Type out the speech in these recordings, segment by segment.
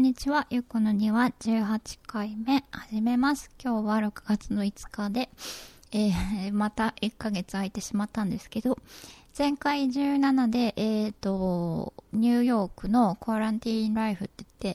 んにちは。ゆこの庭18回目始めます。今日は6月の5日で、また1ヶ月空いてしまったんですけど、前回17で、ニューヨークのコアランティーンライフって言って、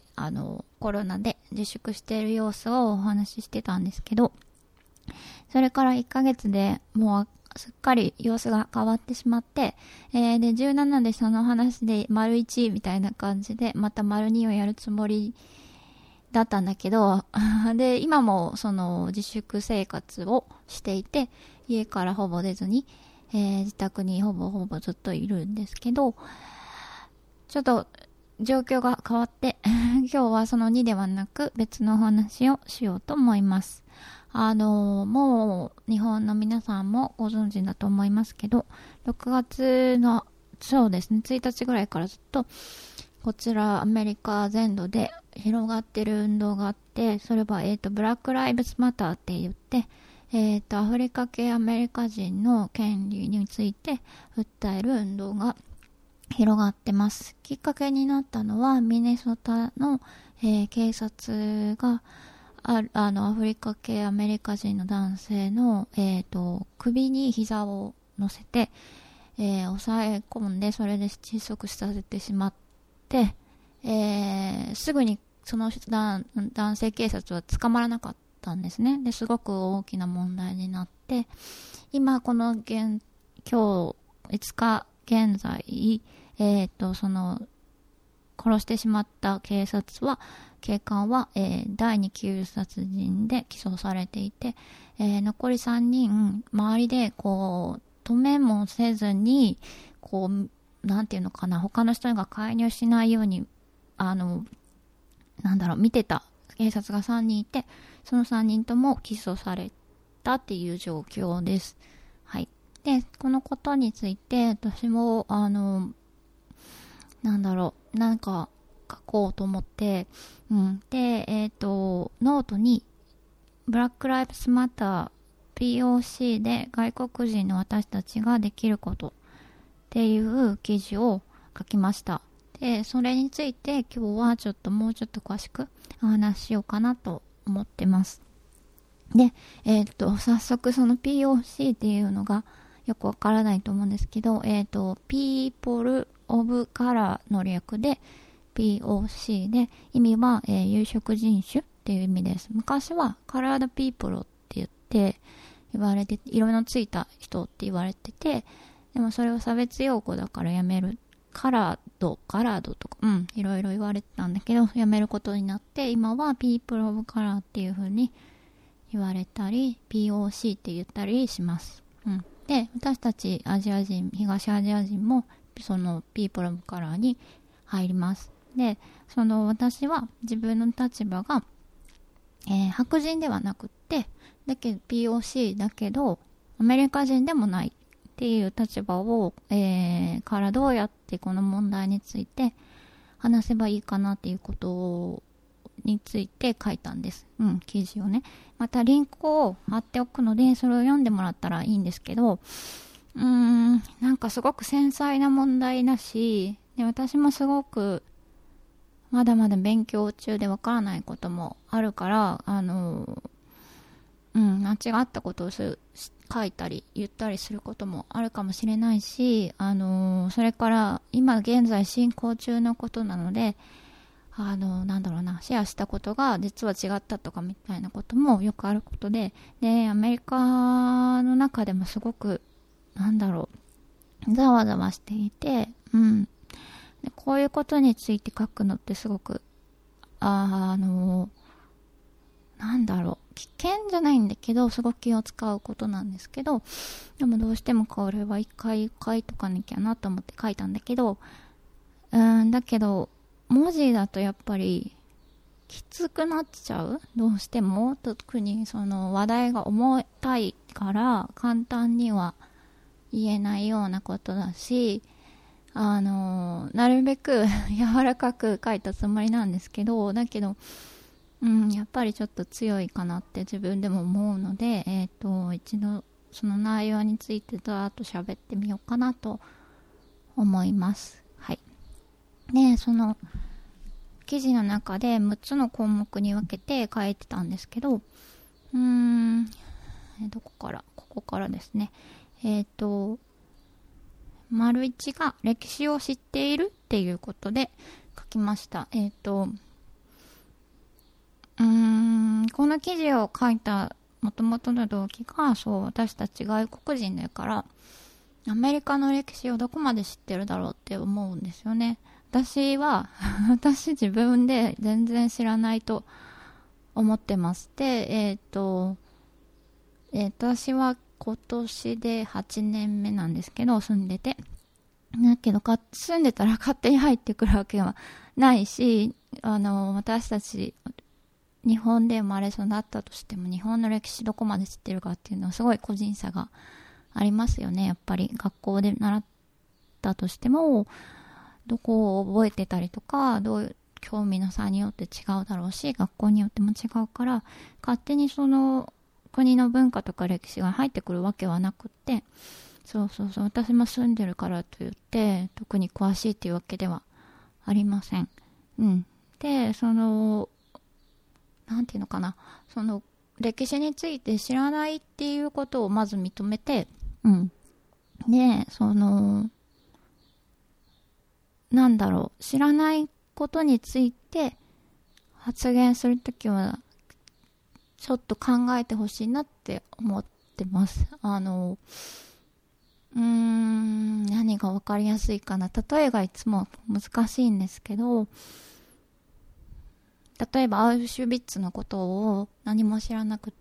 コロナで自粛している様子をお話ししてたんですけど、それから1ヶ月でもうすっかり様子が変わってしまって、で、17でその話で丸1みたいな感じで、また丸2をやるつもりだったんだけど、で、今もその自粛生活をしていて、家からほぼ出ずに、自宅にほぼずっといるんですけど、ちょっと状況が変わって、今日はその2ではなく別のお話をしようと思います。もう日本の皆さんもご存知だと思いますけど、6月の、そうですね、1日ぐらいからずっと、こちらアメリカ全土で広がってる運動があって、それは、ブラックライブズマターって言って、アフリカ系アメリカ人の権利について訴える運動が広がってます。きっかけになったのは、ミネソタの、警察が、アフリカ系アメリカ人の男性の、首に膝を乗せて、押さえ込んで、それで窒息させてしまって、すぐにその男性警察は捕まらなかったんですね。ですごく大きな問題になって、今この今日5日現在、その殺してしまった警官は、第2級殺人で起訴されていて、残り3人周りでこう止めもせずにこうなんていうのかな、他の人が介入しないように見てた警察が3人いて、その3人とも起訴されたっていう状況です。はい。で、このことについて私もなんか書こうと思って、で、ノートにブラックライブスマター POC で外国人の私たちができることっていう記事を書きました。で、それについて今日はもうちょっと詳しくお話ししようかなと思ってます。で、早速その POC っていうのがよくわからないと思うんですけど、People of Color の略で POC で、意味は、有色人種っていう意味です。昔はカラードピープルって言って言われて、色のついた人って言われてて、でもそれを差別用語だからやめる、カラードとか、いろいろ言われてたんだけど、やめることになって、今は People of Color っていう風に言われたり、POC って言ったりします。で、私たちアジア人、東アジア人もその People of Color に入ります。で、私は自分の立場が、白人ではなくって、だけど POC だけどアメリカ人でもないっていう立場を、からどうやってこの問題について話せばいいかなっていうことについて書いたんです。記事をね。またリンクを貼っておくので、それを読んでもらったらいいんですけど、なんかすごく繊細な問題だし、で、私もすごくまだまだ勉強中でわからないこともあるから、間違ったことを書いたり言ったりすることもあるかもしれないし、それから今現在進行中のことなので、シェアしたことが実は違ったとかみたいなこともよくあることで、アメリカの中でもすごく、ざわざわしていて、でこういうことについて書くのってすごく、危険じゃないんだけど、すごく気を使うことなんですけど、でもどうしてもこれは一回書いとかなきゃなと思って書いたんだけど、だけど、文字だとやっぱりきつくなっちゃう。どうしても、特にその話題が重たいから簡単には言えないようなことだし、なるべく柔らかく書いたつもりなんですけど、だけど、やっぱりちょっと強いかなって自分でも思うので、一度その内容についてざーっと喋ってみようかなと思います。はい。で、 記事の中で6つの項目に分けて書いてたんですけど、ここからですね。丸1が歴史を知っているっていうことで書きました。この記事を書いた元々の動機が、私たち外国人だから、アメリカの歴史をどこまで知ってるだろうって思うんですよね。私自分で全然知らないと思ってます。で、私は今年で8年目なんですけど、住んでて。だけど、住んでたら勝手に入ってくるわけはないし、私たち、日本で生まれ育ったとしても、日本の歴史どこまで知ってるかっていうのはすごい個人差がありますよね。やっぱり学校で習ったとしても、どこを覚えてたりとか、どういう興味の差によって違うだろうし、学校によっても違うから、勝手にその国の文化とか歴史が入ってくるわけはなくって、私も住んでるからといって特に詳しいっていうわけではありません。で、なんていうのかな、歴史について知らないっていうことをまず認めて、で、なんだろう、知らないことについて発言するときはちょっと考えてほしいなって思ってます。何がわかりやすいかな。例えがいつも難しいんですけど、例えばアウシュビッツのことを何も知らなくって、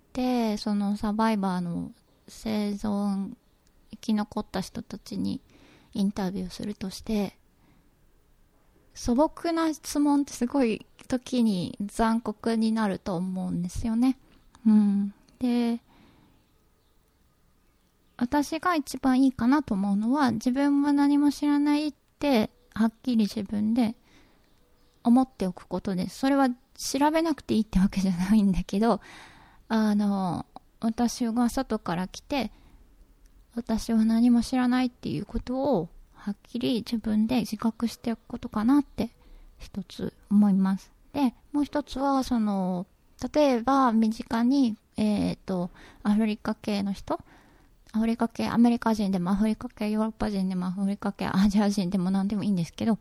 そのサバイバーの生存、生き残った人たちにインタビューするとして、素朴な質問ってすごい時に残酷になると思うんですよね。で、私が一番いいかなと思うのは、自分は何も知らないってはっきり自分で思っておくことです。それは調べなくていいってわけじゃないんだけど、私が外から来て、私は何も知らないっていうことをはっきり自分で自覚しておくことかなって一つ思います。で、もう一つは例えば身近にアフリカ系の人、アフリカ系アメリカ人でもアフリカ系ヨーロッパ人でもアフリカ系アジア人でも何でもいいんですけど、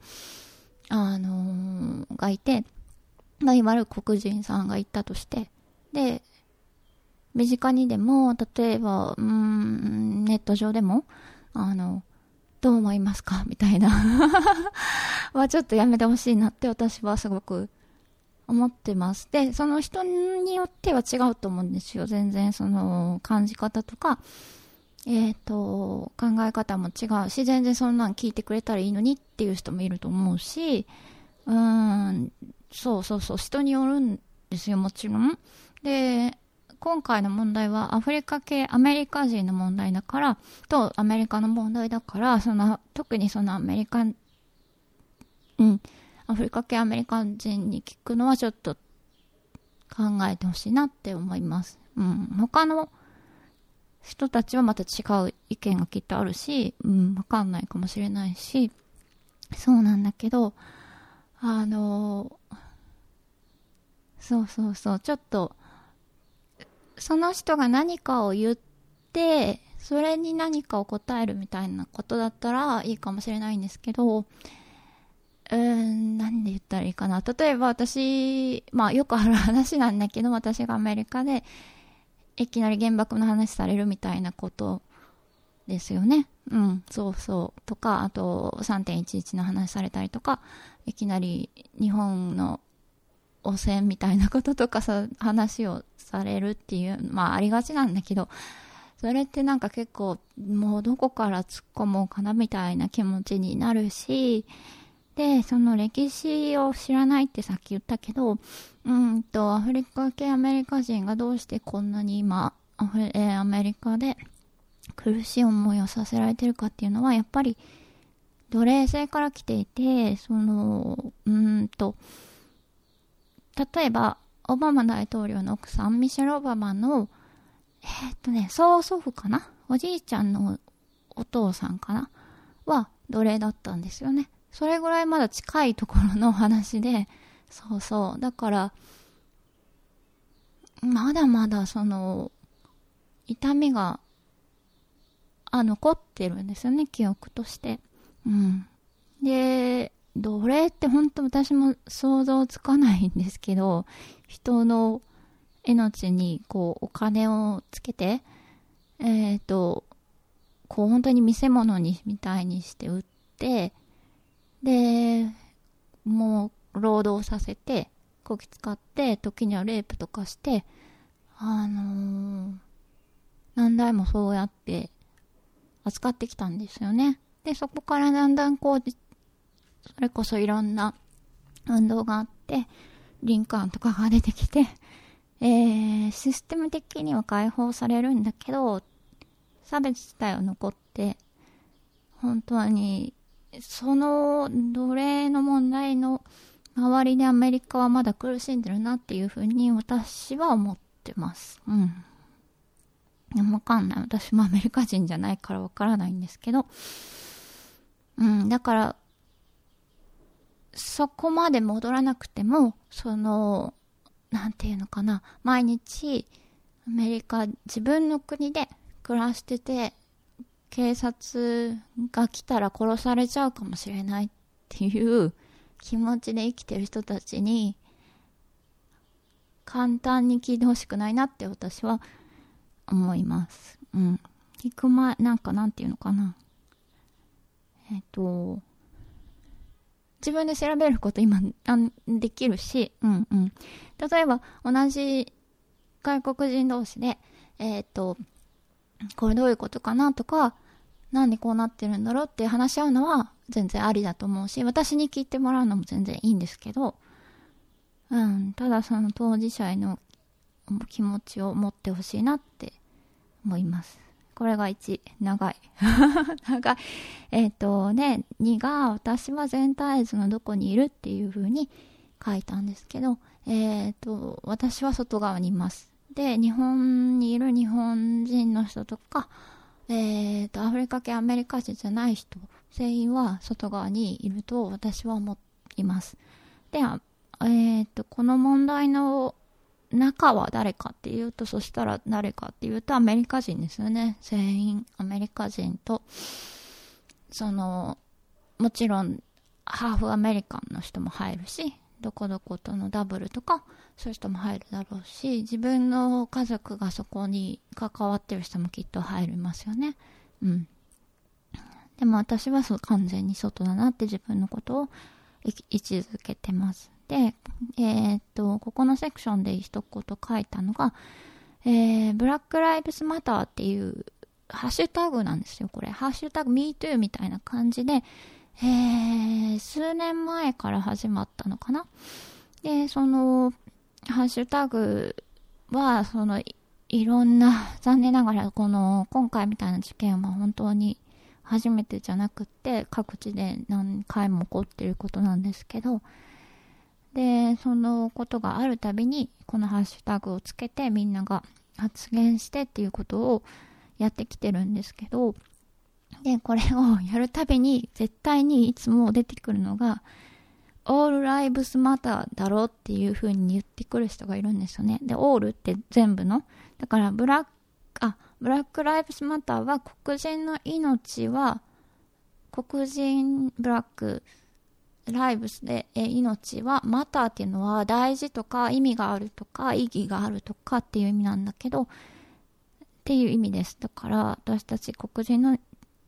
がいて、いわゆる黒人さんがいたとして、で、身近にでも、例えば、ネット上でも、どう思いますかみたいなはちょっとやめてほしいなって私はすごく思ってます。で、その人によっては違うと思うんですよ。全然感じ方とか、考え方も違うし、全然そんなん聞いてくれたらいいのにっていう人もいると思うし、人によるんですよ、もちろん。で、今回の問題はアフリカ系アメリカ人の問題だから、とアメリカの問題だから、特にアメリカ、アフリカ系アメリカ人に聞くのはちょっと考えてほしいなって思います。他の人たちはまた違う意見がきっとあるし、わかんないかもしれないし、そうなんだけど、ちょっと、その人が何かを言って、それに何かを答えるみたいなことだったらいいかもしれないんですけど、なんで言ったらいいかな。例えば私、よくある話なんだけど、私がアメリカで、いきなり原爆の話されるみたいなことですよね。とか、あと 3.11 の話されたりとか、いきなり日本の汚染みたいなこととか話をされるっていう、ありがちなんだけど、それってなんか結構もうどこから突っ込もうかなみたいな気持ちになるし、で、その歴史を知らないってさっき言ったけど、アフリカ系アメリカ人がどうしてこんなに今、アメリカで苦しい思いをさせられてるかっていうのは、やっぱり奴隷制から来ていて、例えば、オバマ大統領の奥さん、ミシェル・オバマの、曽祖父かな、おじいちゃんのお父さんかなは奴隷だったんですよね。それぐらいまだ近いところの話で、 そうそう。だから、まだまだその、痛みが、残ってるんですよね、記憶として。うん。で、奴隷って本当私も想像つかないんですけど、人の命にこうお金をつけて、こう本当に見せ物にみたいにして売って、で、もう労働させて、こき使って、時にはレイプとかして、何代もそうやって扱ってきたんですよね。で、そこからだんだんこう、それこそいろんな運動があって、リンカーンとかが出てきて、システム的には解放されるんだけど、差別自体は残って、本当に、その奴隷の問題の周りでアメリカはまだ苦しんでるなっていうふうに私は思ってます。うん。でもわかんない。私もアメリカ人じゃないからわからないんですけど。うん。だから、そこまで戻らなくても、その、なんていうのかな。毎日、アメリカ、自分の国で暮らしてて、警察が来たら殺されちゃうかもしれないっていう気持ちで生きてる人たちに簡単に聞いてほしくないなって私は思います。うん。聞く前、なんていうのかな。自分で調べること今できるし、うんうん。例えば同じ外国人同士で、これどういうことかなとか、なんでこうなってるんだろうって話し合うのは全然ありだと思うし、私に聞いてもらうのも全然いいんですけど、うん、ただその当事者への気持ちを持ってほしいなって思います。これが1、長い。長い。2が、私は全体図のどこにいるっていう風に書いたんですけど、私は外側にいます。で、日本にいる日本人の人とか、アフリカ系アメリカ人じゃない人、全員は外側にいると私は思います。で、この問題の中は誰かっていうと、そしたら誰かっていうとアメリカ人ですよね。全員アメリカ人と、もちろんハーフアメリカンの人も入るし、どこどことのダブルとかそういう人も入るだろうし、自分の家族がそこに関わってる人もきっと入りますよね。うん。でも私は完全に外だなって自分のことを位置づけてます。で、ここのセクションで一言書いたのが、ブラックライブスマターっていうハッシュタグなんですよ、これ。ハッシュタグ MeToo みたいな感じで、数年前から始まったのかな。で、その、ハッシュタグは、いろんな、残念ながら、今回みたいな事件は本当に初めてじゃなくって、各地で何回も起こっていることなんですけど、で、そのことがあるたびに、このハッシュタグをつけてみんなが発言してっていうことをやってきてるんですけど、で、これをやるたびに絶対にいつも出てくるのが、All Lives Matter だろっていう風に言ってくる人がいるんですよね。で、All って全部の。だからブラックライブスマターは黒人の命は、黒人ブラックライブスで命はマターっていうのは大事とか意味があるとか意義があるとかっていう意味なんだけど、っていう意味です。だから私たち黒人の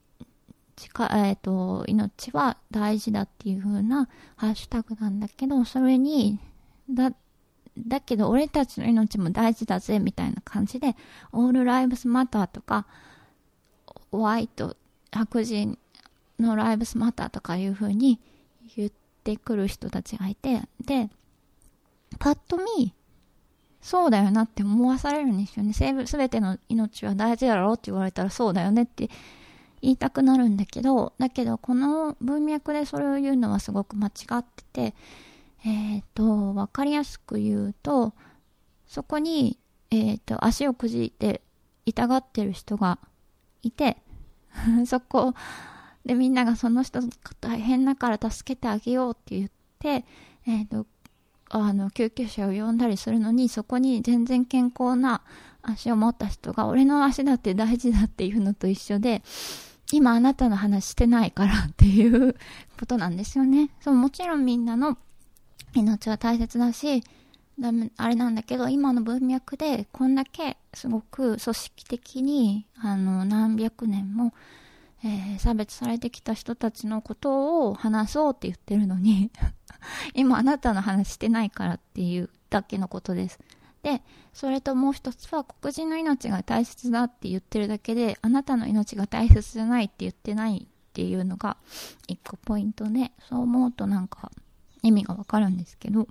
命は大事だっていう風なハッシュタグなんだけど、それにだけど俺たちの命も大事だぜみたいな感じで All Lives Matter とかホワイト白人の Lives Matter とかいう風に言ってくる人たちがいて、でパッと見そうだよなって思わされるんですよね。すべての命は大事だろうって言われたらそうだよねって言いたくなるんだけど、この文脈でそれを言うのはすごく間違ってて、わかりやすく言うと、そこに、足をくじいて痛がってる人がいて、そこでみんながその人大変だから助けてあげようって言って、 救急車を呼んだりするのに、そこに全然健康な足を持った人が俺の足だって大事だっていうのと一緒で、今あなたの話してないからっていうことなんですよね。そう、もちろんみんなの命は大切だし、あれなんだけど、今の文脈でこんだけすごく組織的に何百年も、差別されてきた人たちのことを話そうって言ってるのに今あなたの話してないからっていうだけのことです。で、それともう一つは、黒人の命が大切だって言ってるだけで、あなたの命が大切じゃないって言ってないっていうのが一個ポイントで、そう思うとなんか意味がわかるんですけど、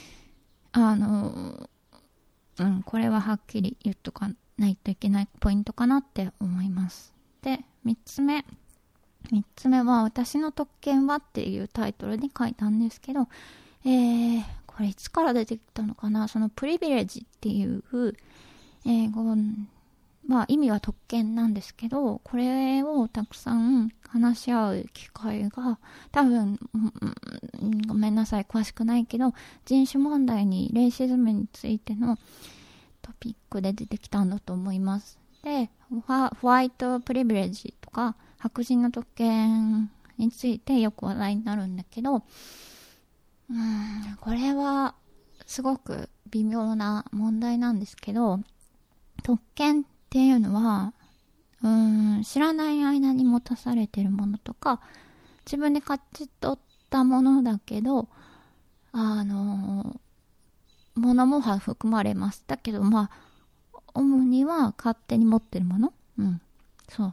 これははっきり言っとかないといけないポイントかなって思います。で、3つ目は、私の特権はっていうタイトルに書いたんですけど、これいつから出てきたのかな、そのプリビレッジっていう英語、意味は特権なんですけど、これをたくさん話し合う機会が多分、ごめんなさい詳しくないけど、人種問題にレイシズムについてのトピックで出てきたんだと思います。で、ホワイトプリビレッジとか白人の特権についてよく話題になるんだけど、これはすごく微妙な問題なんですけど、特権っていうのは知らない間に持たされてるものとか、自分で勝ち取ったものだけどものも含まれます。だけど主には勝手に持ってるもの。そう。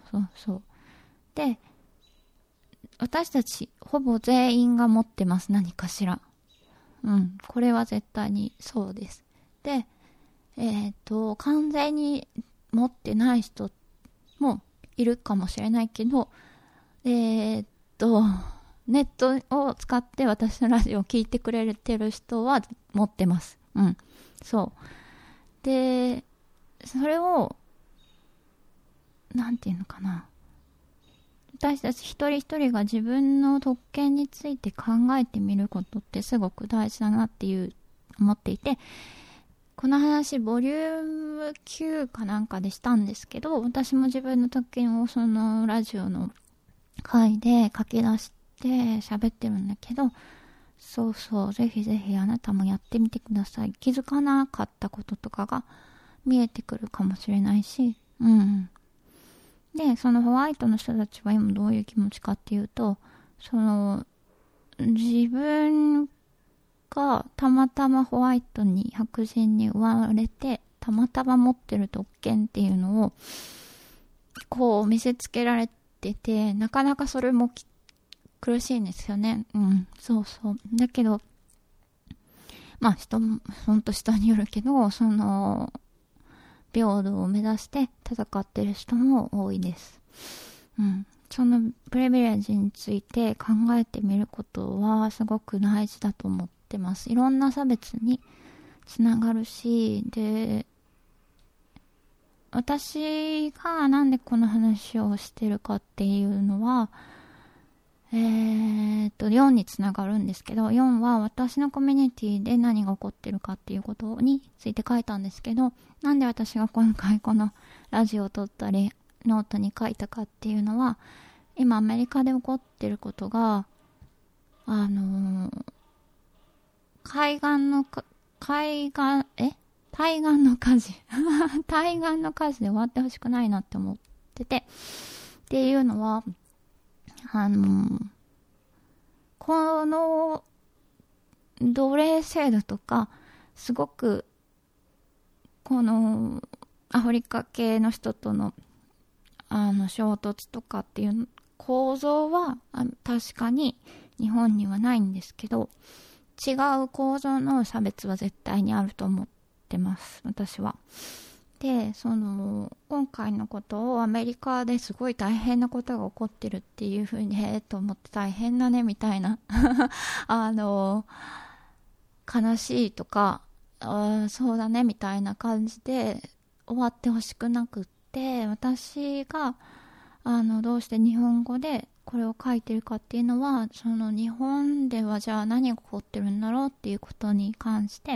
で、私たちほぼ全員が持ってます、何かしら。これは絶対にそうです。で、完全に持ってない人もいるかもしれないけど、ネットを使って私のラジオを聞いてくれてる人は持ってます。そう。で、それを、なんていうのかな。私たち一人一人が自分の特権について考えてみることってすごく大事だなって思っていて、この話ボリューム9かなんかでしたんですけど、私も自分の特権をそのラジオの回で書き出して喋ってるんだけど、ぜひぜひあなたもやってみてください。気づかなかったこととかが見えてくるかもしれないし、で、そのホワイトの人たちは今どういう気持ちかっていうと、自分がたまたまホワイトに白人に奪われてたまたま持ってる特権っていうのをこう見せつけられてて、なかなかそれも苦しいんですよね。だけどほんと人によるけど、平等を目指して戦ってる人も多いです。そのプリビレッジについて考えてみることはすごく大事だと思ってます。いろんな差別につながるし、で、私がなんでこの話をしてるかっていうのは、4につながるんですけど、4は私のコミュニティで何が起こってるかっていうことについて書いたんですけど、なんで私が今回このラジオを撮ったりノートに書いたかっていうのは、今アメリカで起こってることが対岸の火事対岸の火事で終わってほしくないなって思ってて、っていうのはこの奴隷制度とかすごくこのアフリカ系の人との衝突とかっていう構造は確かに日本にはないんですけど、違う構造の差別は絶対にあると思ってます、私は。で、今回のことをアメリカですごい大変なことが起こってるっていう風にと思って、大変だねみたいな悲しいとかそうだねみたいな感じで終わってほしくなくって、私がどうして日本語でこれを書いてるかっていうのは、その日本ではじゃあ何が起こってるんだろうっていうことに関して、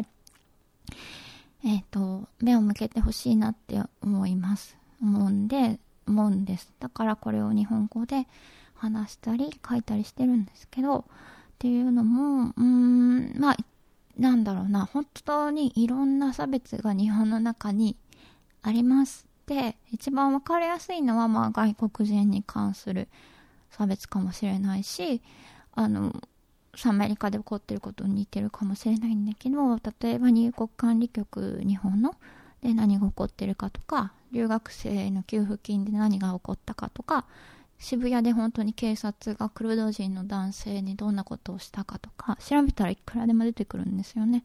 目を向けてほしいなって思うんです。だからこれを日本語で話したり書いたりしてるんですけど、っていうのも、まあ、なんだろうな、本当にいろんな差別が日本の中にあります。で、一番わかりやすいのは、まあ、外国人に関する差別かもしれないし、アメリカで起こってることに似てるかもしれないんだけど、例えば入国管理局、日本ので何が起こってるかとか、留学生の給付金で何が起こったかとか、渋谷で本当に警察がクルド人の男性にどんなことをしたかとか、調べたらいくらでも出てくるんですよね。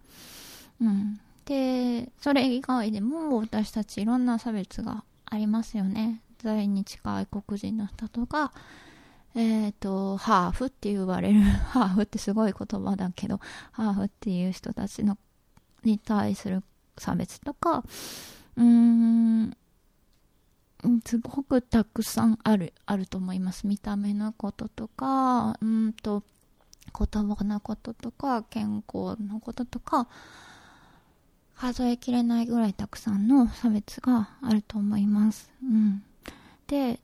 で、それ以外でも私たちいろんな差別がありますよね。在日外国人の人とか、ハーフって言われる、ハーフってすごい言葉だけど、ハーフっていう人たちに対する差別とか、すごくたくさんあると思います。見た目のこととか、言葉のこととか、健康のこととか、数えきれないぐらいたくさんの差別があると思います。で、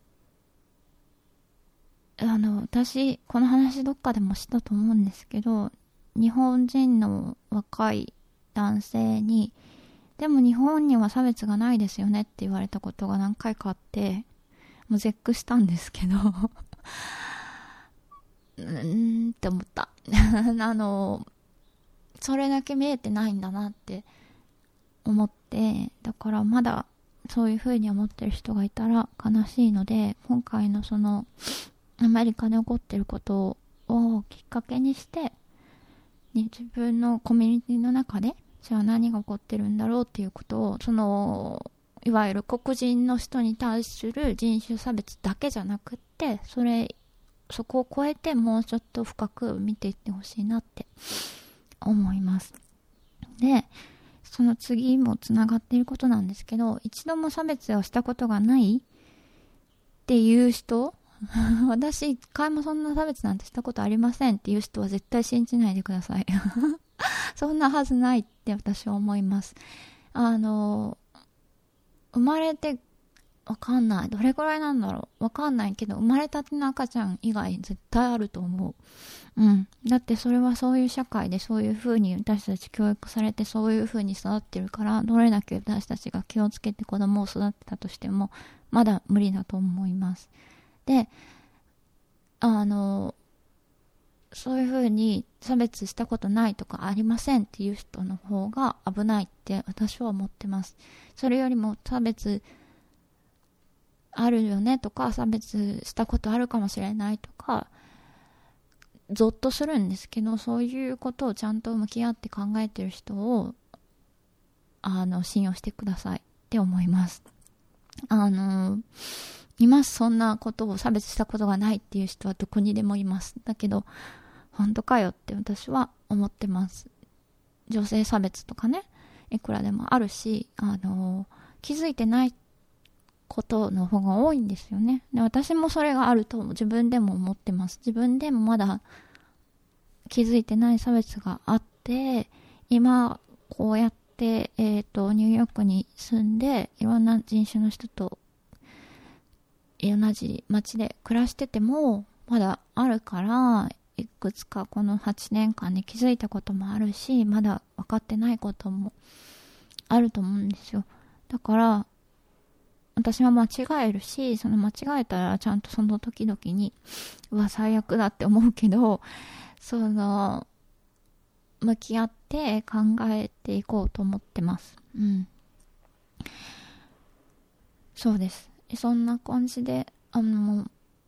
私、この話どっかでもしたと思うんですけど、日本人の若い男性に、でも日本には差別がないですよねって言われたことが何回かあって、もう絶句したんですけどって思ったそれだけ見えてないんだなって思って、だからまだそういう風に思ってる人がいたら悲しいので、今回のそのアメリカで起こってることをきっかけにして、自分のコミュニティの中でじゃあ何が起こってるんだろうっていうことを、いわゆる黒人の人に対する人種差別だけじゃなくって、そこを超えてもうちょっと深く見ていってほしいなって思います。で、その次もつながっていることなんですけど、一度も差別をしたことがないっていう人私一回もそんな差別なんてしたことありませんっていう人は絶対信じないでくださいそんなはずないって私は思います。生まれてわかんない、どれくらいなんだろう、わかんないけど、生まれたての赤ちゃん以外絶対あると思う。だってそれはそういう社会でそういう風に私たち教育されてそういう風に育ってるから、どれだけ私たちが気をつけて子供を育てたとしてもまだ無理だと思います。で、そういう風に差別したことないとかありませんっていう人の方が危ないって私は思ってます。それよりも差別あるよねとか、差別したことあるかもしれないとか、ゾッとするんですけど、そういうことをちゃんと向き合って考えてる人を信用してくださいって思います。います。そんなことを差別したことがないっていう人はどこにでもいます。だけど本当かよって私は思ってます。女性差別とかね、いくらでもあるし、気づいてないことの方が多いんですよね。で、私もそれがあると自分でも思ってます。自分でもまだ気づいてない差別があって、今こうやってニューヨークに住んでいろんな人種の人と同じ街で暮らしててもまだあるから、いくつかこの8年間で気づいたこともあるし、まだ分かってないこともあると思うんですよ。だから私は間違えるし、その間違えたらちゃんとその時々に最悪だって思うけど、向き合って考えていこうと思ってます。そうです。そんな感じで、なん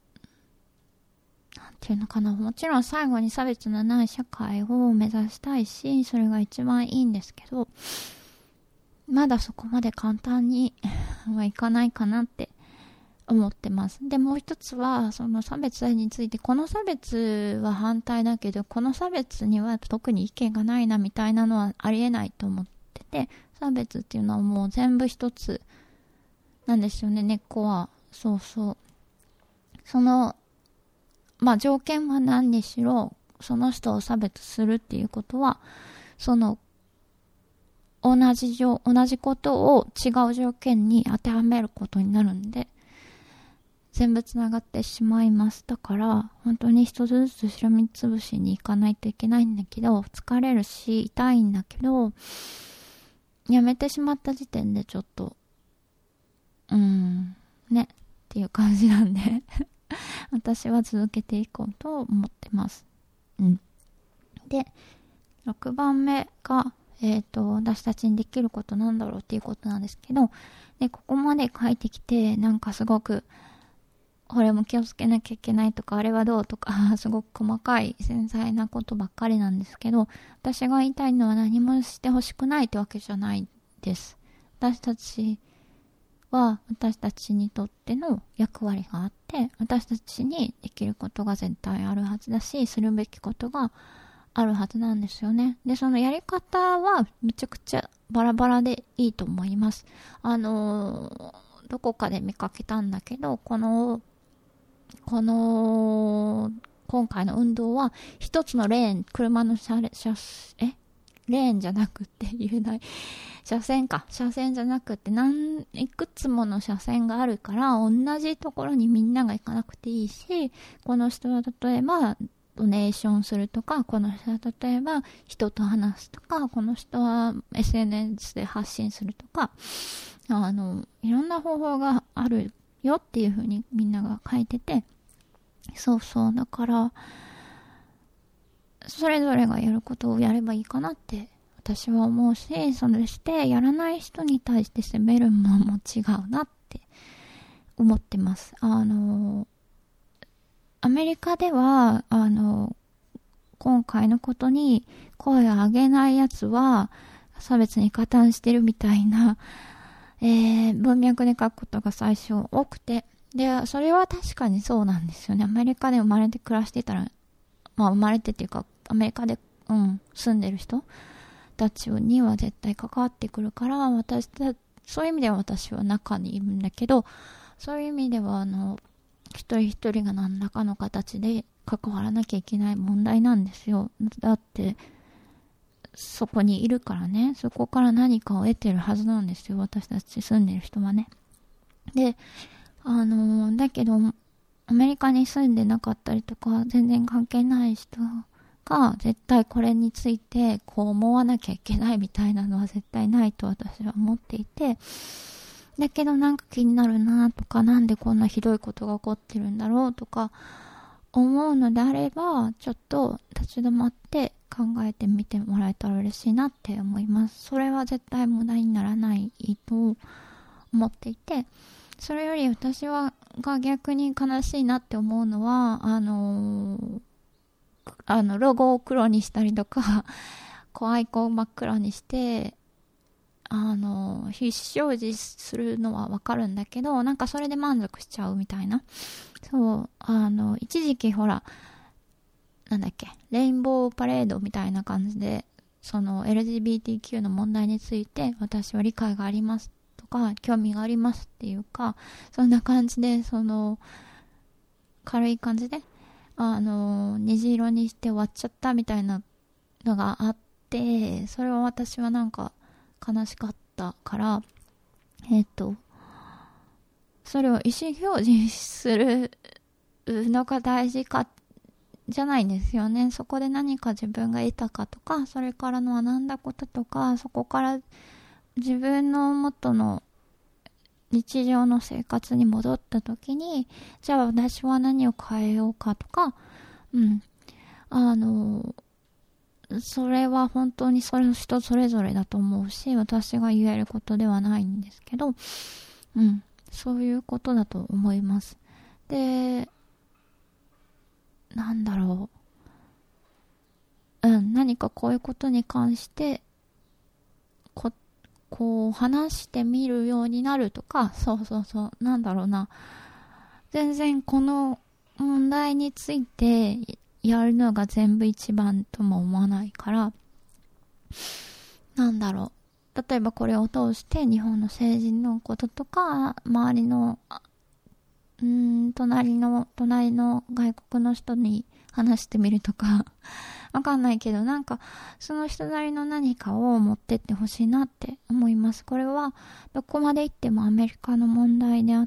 ていうのかな、もちろん最後に差別のない社会を目指したいし、それが一番いいんですけど、まだそこまで簡単にはいかないかなって思ってます。で、もう一つは、その差別について、この差別は反対だけど、この差別には特に意見がないなみたいなのはありえないと思ってて、差別っていうのはもう全部一つなんですよね、根っこは。そう。 条件は何にしろ、その人を差別するっていうことは、その同じことを違う条件に当てはめることになるんで、全部つながってしまいます。だから本当に一つずつしらみつぶしに行かないといけないんだけど、疲れるし痛いんだけど、やめてしまった時点でちょっとねっていう感じなんで私は続けていこうと思ってます。で、6番目が私たちにできることなんだろうっていうことなんですけど、でここまで書いてきて、なんかすごくこれも気をつけなきゃいけないとか、あれはどうとかすごく細かい繊細なことばっかりなんですけど、私が言いたいのは何もしてほしくないってわけじゃないです。私たちは私たちにとっての役割があって、私たちにできることが絶対あるはずだし、するべきことがあるはずなんですよね。で、そのやり方はむちゃくちゃバラバラでいいと思います。どこかで見かけたんだけど、今回の運動は一つのレーン、車のレーンじゃなくって言えない。車線じゃなくっていくつもの車線があるから、同じところにみんなが行かなくていいし、この人は例えばドネーションするとか、この人は例えば人と話すとか、この人は SNS で発信するとか、いろんな方法があるよっていう風にみんなが書いてて、だからそれぞれがやることをやればいいかなって私は思うし、それしてやらない人に対して責めるのも違うなって思ってます。アメリカでは今回のことに声を上げないやつは差別に加担してるみたいな、文脈で書くことが最初多くて、でそれは確かにそうなんですよね。アメリカで生まれて暮らしてたら、生まれてっていうかアメリカで、住んでる人たちには絶対関わってくるから、そういう意味では私は中にいるんだけど、そういう意味では一人一人が何らかの形で関わらなきゃいけない問題なんですよ。だってそこにいるからね、そこから何かを得てるはずなんですよ、私たち住んでる人はね。でだけどアメリカに住んでなかったりとか全然関係ない人が絶対これについてこう思わなきゃいけないみたいなのは絶対ないと私は思っていて、だけどなんか気になるなとか、なんでこんなひどいことが起こってるんだろうとか思うのであれば、ちょっと立ち止まって考えてみてもらえたら嬉しいなって思います。それは絶対無駄にならないと思っていて、それより私が逆に悲しいなって思うのは、ロゴを黒にしたりとかアイコンを真っ黒にして非表示するのはわかるんだけど、なんかそれで満足しちゃうみたいな。一時期ほらレインボーパレードみたいな感じで、その LGBTQ の問題について私は理解がありますとか興味がありますっていうか、そんな感じで軽い感じで虹色にして終わっちゃったみたいなのがあって、それは私はなんか悲しかったから、それを意思表示するのが大事かじゃないんですよね。そこで何か自分が得たかとか、それからの学んだこととか、そこから自分の元の日常の生活に戻った時に、じゃあ私は何を変えようかとか、それは本当にそれ人それぞれだと思うし、私が言えることではないんですけど、そういうことだと思います。で、何かこういうことに関してこう話してみるようになるとか、全然この問題についてやるのが全部一番とも思わないから、例えばこれを通して日本の政治のこととか周りの隣の外国の人に話してみるとかわかんないけど、なんかその人なりの何かを持ってってほしいなって思います。これはどこまで行ってもアメリカの問題であって、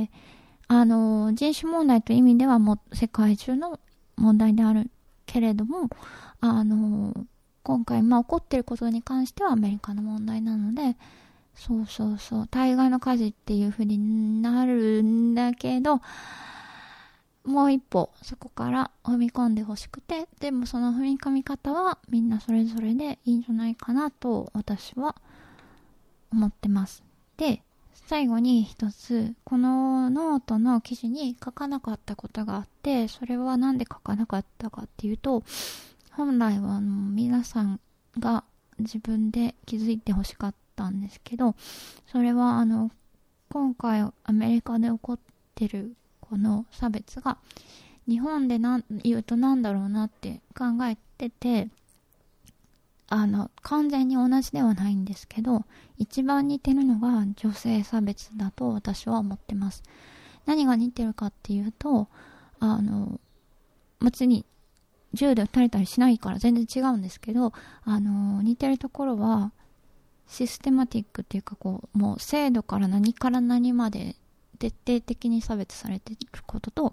人種問題という意味ではもう世界中の問題であるけれども、今回起こっていることに関してはアメリカの問題なので、対岸の火事っていう風になるんだけど、もう一歩そこから踏み込んでほしくて、でもその踏み込み方はみんなそれぞれでいいんじゃないかなと私は思ってます。で、最後に一つ、このノートの記事に書かなかったことがあって、それはなんで書かなかったかっていうと、本来は皆さんが自分で気づいてほしかったんですけど、それは今回アメリカで起こってるこの差別が日本で言うとなんだろうなって考えてて、完全に同じではないんですけど、一番似てるのが女性差別だと私は思ってます。何が似てるかっていうと、別に銃で撃たれたりしないから全然違うんですけど、似てるところはシステマティックっていうか、もう制度から何まで徹底的に差別されていることと、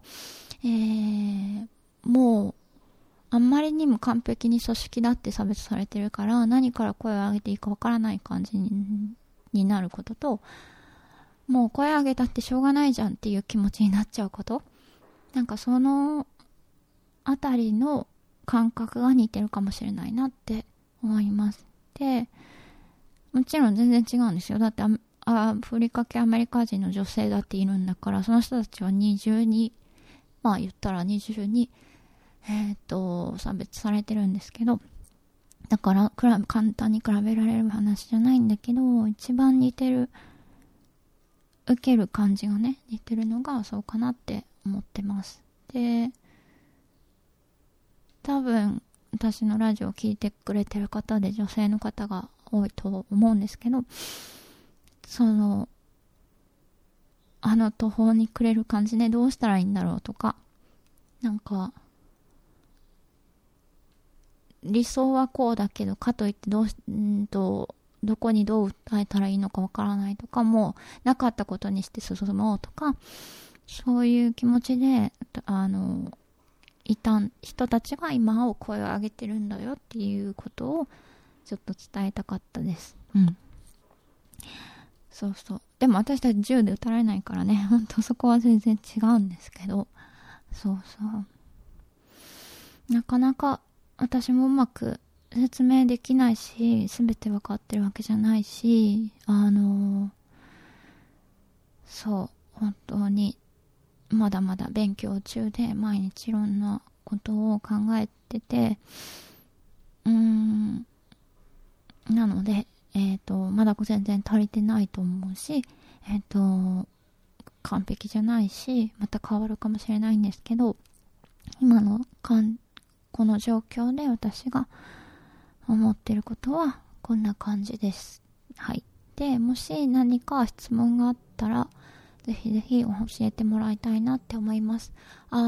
もうあんまりにも完璧に組織だって差別されてるから何から声を上げていいかわからない感じになることと、もう声上げたってしょうがないじゃんっていう気持ちになっちゃうこと、なんかそのあたりの感覚が似てるかもしれないなって思います。で、もちろん全然違うんですよ。だってアフリカ系アメリカ人の女性だっているんだから、その人たちは22、言ったら22、差別されてるんですけど、だから簡単に比べられる話じゃないんだけど、一番似てる、受ける感じがね、似てるのがそうかなって思ってます。で、多分私のラジオを聞いてくれてる方で女性の方が多いと思うんですけど、途方に暮れる感じね、どうしたらいいんだろうとか、なんか理想はこうだけど、かといってどこにどう訴えたらいいのかわからないとか、もうなかったことにして進もうとか、そういう気持ちでいた人たちが今を声を上げてるんだよっていうことをちょっと伝えたかったです。でも私たち銃で撃たれないからね、本当そこは全然違うんですけど、なかなか私もうまく説明できないし、全て分かってるわけじゃないし、本当にまだまだ勉強中で毎日いろんなことを考えてて、なので、まだ全然足りてないと思うし、完璧じゃないし、また変わるかもしれないんですけど、今のこの状況で私が思ってることはこんな感じです。はい。で、もし何か質問があったら、ぜひぜひ教えてもらいたいなって思います。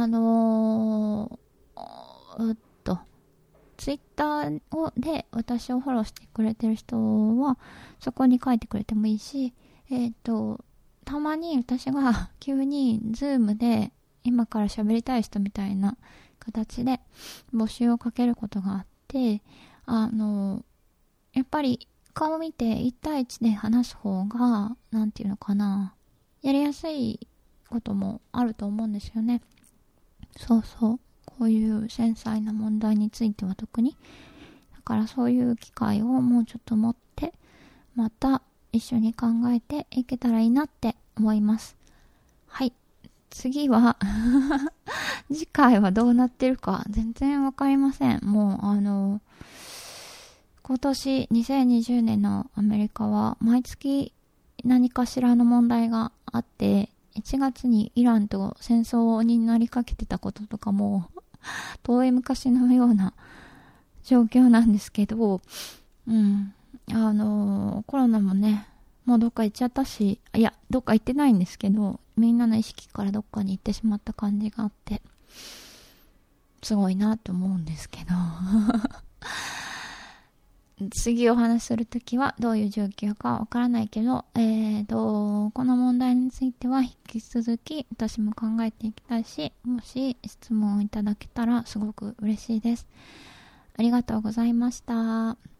ツイッターで私をフォローしてくれてる人はそこに書いてくれてもいいし、たまに私が急にズームで今から喋りたい人みたいな形で募集をかけることがあって、やっぱり顔見て1対1で話す方がなんていうのかな、やりやすいこともあると思うんですよね。こういう繊細な問題については特に。だからそういう機会をもうちょっと持って、また一緒に考えていけたらいいなって思います。はい。次は、次回はどうなってるか全然わかりません。もう今年2020年のアメリカは毎月何かしらの問題があって、1月にイランと戦争になりかけてたこととかも遠い昔のような状況なんですけど、コロナもね、 もうどっか行っちゃったし、いや、どっか行ってないんですけど、みんなの意識からどっかに行ってしまった感じがあって、すごいなと思うんですけど。次お話しするときはどういう状況かわからないけど、この問題については引き続き私も考えていきたいし、もし質問をいただけたらすごく嬉しいです。ありがとうございました。